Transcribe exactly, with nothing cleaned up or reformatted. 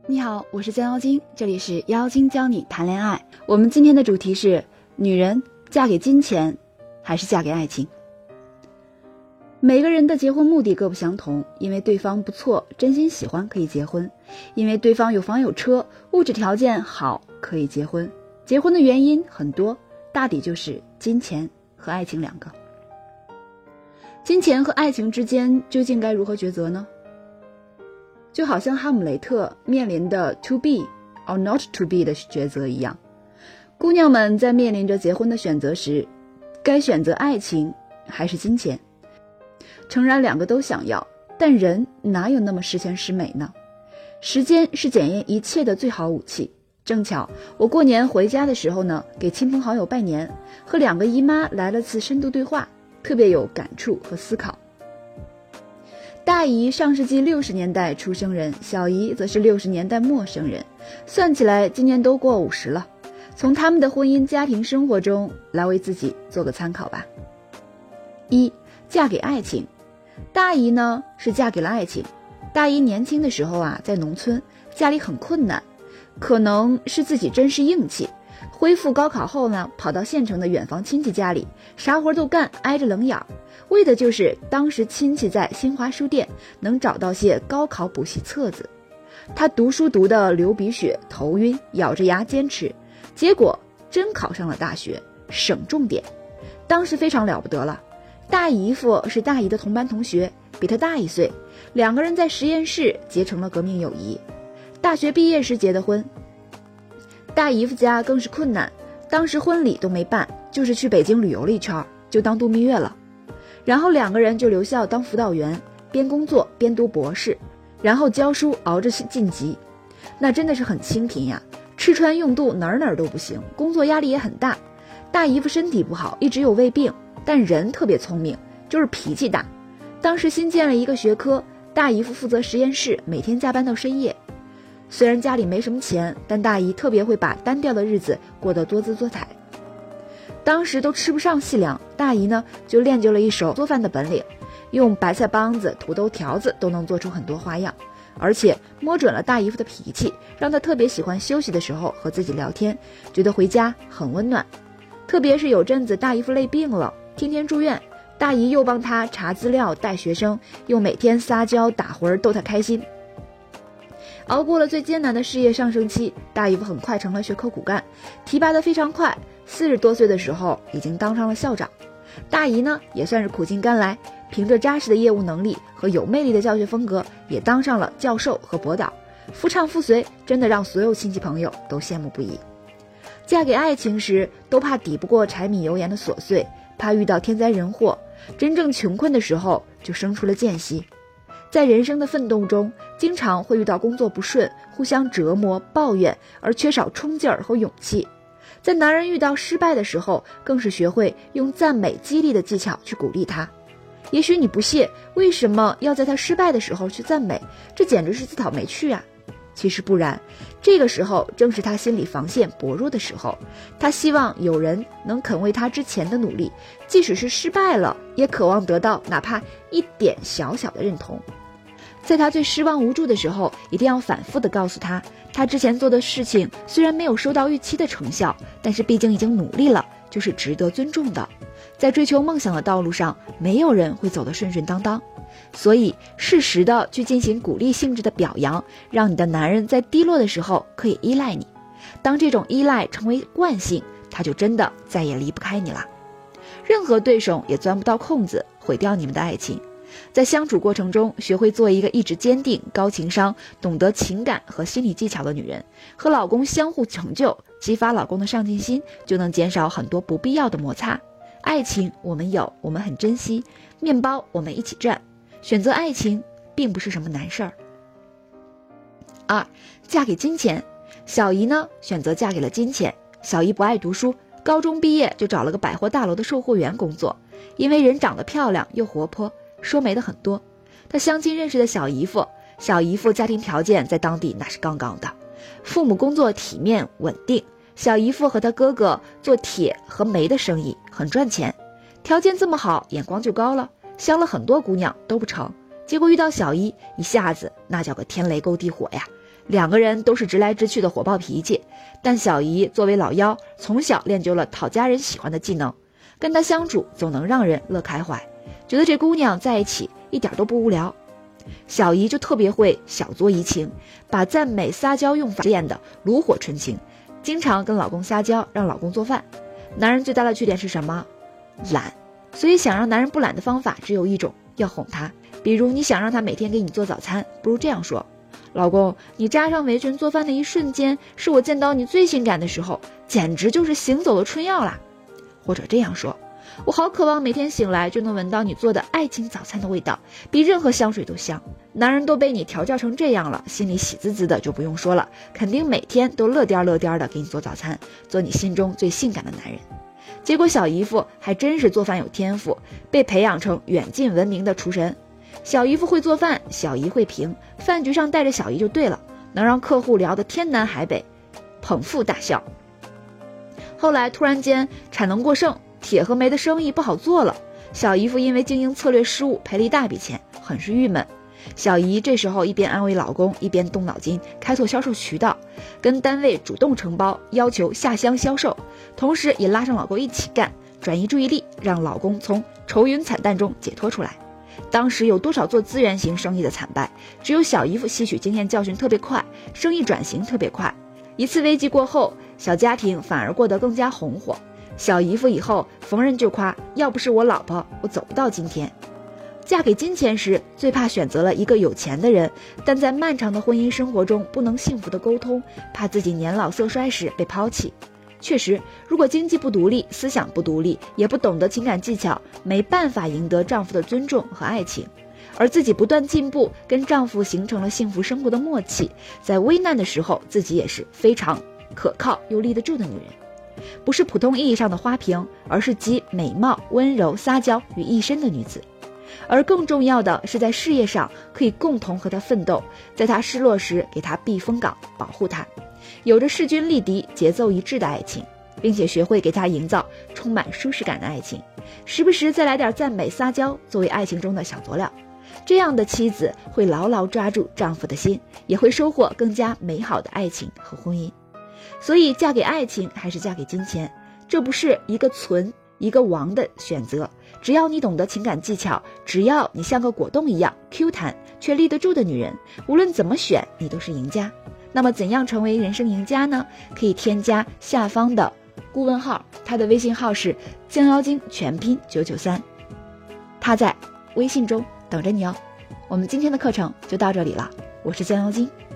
你好，我是江妖精，这里是妖精教你谈恋爱。我们今天的主题是：女人嫁给金钱还是嫁给爱情？每个人的结婚目的各不相同，因为对方不错，真心喜欢可以结婚；因为对方有房有车，物质条件好可以结婚。结婚的原因很多，大抵就是金钱和爱情两个。金钱和爱情之间究竟该如何抉择呢？就好像哈姆雷特面临的 to be or not to be 的抉择一样，姑娘们在面临着结婚的选择时，该选择爱情还是金钱？诚然两个都想要，但人哪有那么十全十美呢？时间是检验一切的最好武器。正巧我过年回家的时候呢，给亲朋好友拜年，和两个姨妈来了次深度对话，特别有感触和思考。大姨上世纪六十年代出生人，小姨则是六十年代末生人，算起来今年都过五十了。从他们的婚姻家庭生活中来为自己做个参考吧。一，嫁给爱情。大姨呢是嫁给了爱情。大姨年轻的时候啊，在农村，家里很困难，可能是自己真是硬气。恢复高考后呢，跑到县城的远房亲戚家里，啥活都干，挨着冷眼儿，为的就是当时亲戚在新华书店能找到些高考补习册子。他读书读得流鼻血，头晕，咬着牙坚持，结果真考上了大学，省重点。当时非常了不得了。大姨夫是大姨的同班同学，比他大一岁，两个人在实验室结成了革命友谊。大学毕业时结的婚。大姨夫家更是困难，当时婚礼都没办，就是去北京旅游了一圈，就当度蜜月了。然后两个人就留校当辅导员，边工作边读博士，然后教书熬着晋级。那真的是很清贫呀，吃穿用度哪儿哪儿都不行，工作压力也很大。大姨夫身体不好，一直有胃病，但人特别聪明，就是脾气大。当时新建了一个学科，大姨夫负责实验室，每天加班到深夜。虽然家里没什么钱，但大姨特别会把单调的日子过得多姿多彩。当时都吃不上细粮，大姨呢就练就了一手做饭的本领，用白菜帮子、土豆条子都能做出很多花样，而且摸准了大姨夫的脾气，让他特别喜欢休息的时候和自己聊天，觉得回家很温暖。特别是有阵子大姨夫累病了，天天住院，大姨又帮他查资料、带学生，又每天撒娇打魂逗他开心。熬过了最艰难的事业上升期，大姨夫很快成了学科骨干，提拔得非常快，四十多岁的时候已经当上了校长。大姨呢也算是苦尽甘来，凭着扎实的业务能力和有魅力的教学风格，也当上了教授和博导，夫唱妇随，真的让所有亲戚朋友都羡慕不已。嫁给爱情时都怕抵不过柴米油盐的琐碎，怕遇到天灾人祸，真正穷困的时候就生出了间隙。在人生的奋斗中，经常会遇到工作不顺，互相折磨抱怨，而缺少冲劲儿和勇气。在男人遇到失败的时候，更是学会用赞美激励的技巧去鼓励他。也许你不屑，为什么要在他失败的时候去赞美？这简直是自讨没趣啊！其实不然，这个时候正是他心理防线薄弱的时候，他希望有人能肯为他之前的努力，即使是失败了，也渴望得到哪怕一点小小的认同。在他最失望无助的时候，一定要反复地告诉他，他之前做的事情虽然没有收到预期的成效，但是毕竟已经努力了，就是值得尊重的。在追求梦想的道路上，没有人会走得顺顺当当，所以适时的去进行鼓励性质的表扬，让你的男人在低落的时候可以依赖你。当这种依赖成为惯性，他就真的再也离不开你了。任何对手也钻不到空子，毁掉你们的爱情。在相处过程中，学会做一个意志坚定、高情商、懂得情感和心理技巧的女人，和老公相互成就，激发老公的上进心，就能减少很多不必要的摩擦。爱情我们有，我们很珍惜，面包我们一起赚。选择爱情并不是什么难事儿。二，嫁给金钱。小姨呢，选择嫁给了金钱。小姨不爱读书，高中毕业就找了个百货大楼的售货员工作，因为人长得漂亮又活泼，说媒的很多。她相亲认识的小姨夫，小姨夫家庭条件在当地那是杠杠的，父母工作体面稳定，小姨夫和他哥哥做铁和煤的生意，很赚钱。条件这么好，眼光就高了，相了很多姑娘都不成，结果遇到小姨，一下子那叫个天雷勾地火呀， 两个人都是直来直去的火爆脾气，但小姨作为老幺，从小练就了讨家人喜欢的技能，跟她相处总能让人乐开怀，觉得这姑娘在一起一点都不无聊。小姨就特别会小作怡情，把赞美撒娇用法练得炉火纯青，经常跟老公撒娇，让老公做饭。男人最大的缺点是什么？懒。所以想让男人不懒的方法只有一种，要哄他。比如你想让他每天给你做早餐，不如这样说：老公，你扎上围裙做饭的一瞬间，是我见到你最性感的时候，简直就是行走的春药啦。或者这样说：我好渴望每天醒来就能闻到你做的爱情早餐的味道，比任何香水都香。男人都被你调教成这样了，心里喜滋滋的就不用说了，肯定每天都乐颠乐颠的给你做早餐，做你心中最性感的男人。结果小姨夫还真是做饭有天赋，被培养成远近闻名的厨神。小姨夫会做饭，小姨会评，饭局上带着小姨就对了，能让客户聊得天南海北，捧腹大笑。后来突然间产能过剩，铁和煤的生意不好做了，小姨夫因为经营策略失误赔了一大笔钱，很是郁闷。小姨这时候一边安慰老公，一边动脑筋开拓销售渠道，跟单位主动承包，要求下乡销售，同时也拉上老公一起干，转移注意力，让老公从愁云惨淡中解脱出来。当时有多少做资源型生意的惨败，只有小姨夫吸取经验教训特别快，生意转型特别快。一次危机过后，小家庭反而过得更加红火。小姨夫以后逢人就夸，要不是我老婆，我走不到今天。嫁给金钱时，最怕选择了一个有钱的人，但在漫长的婚姻生活中不能幸福的沟通，怕自己年老色衰时被抛弃。确实，如果经济不独立，思想不独立，也不懂得情感技巧，没办法赢得丈夫的尊重和爱情。而自己不断进步，跟丈夫形成了幸福生活的默契，在危难的时候，自己也是非常可靠又立得住的女人。不是普通意义上的花瓶，而是集美貌、温柔、撒娇于一身的女子。而更重要的是，在事业上可以共同和他奋斗，在他失落时给他避风港，保护他，有着势均力敌、节奏一致的爱情，并且学会给他营造充满舒适感的爱情，时不时再来点赞美撒娇，作为爱情中的小佐料。这样的妻子会牢牢抓住丈夫的心，也会收获更加美好的爱情和婚姻。所以嫁给爱情还是嫁给金钱，这不是一个存一个亡的选择。只要你懂得情感技巧，只要你像个果冻一样 Q 弹却立得住的女人，无论怎么选你都是赢家。那么怎样成为人生赢家呢？可以添加下方的顾问号，他的微信号是降妖精全拼九九三，他在微信中等着你哦。我们今天的课程就到这里了，我是降妖精，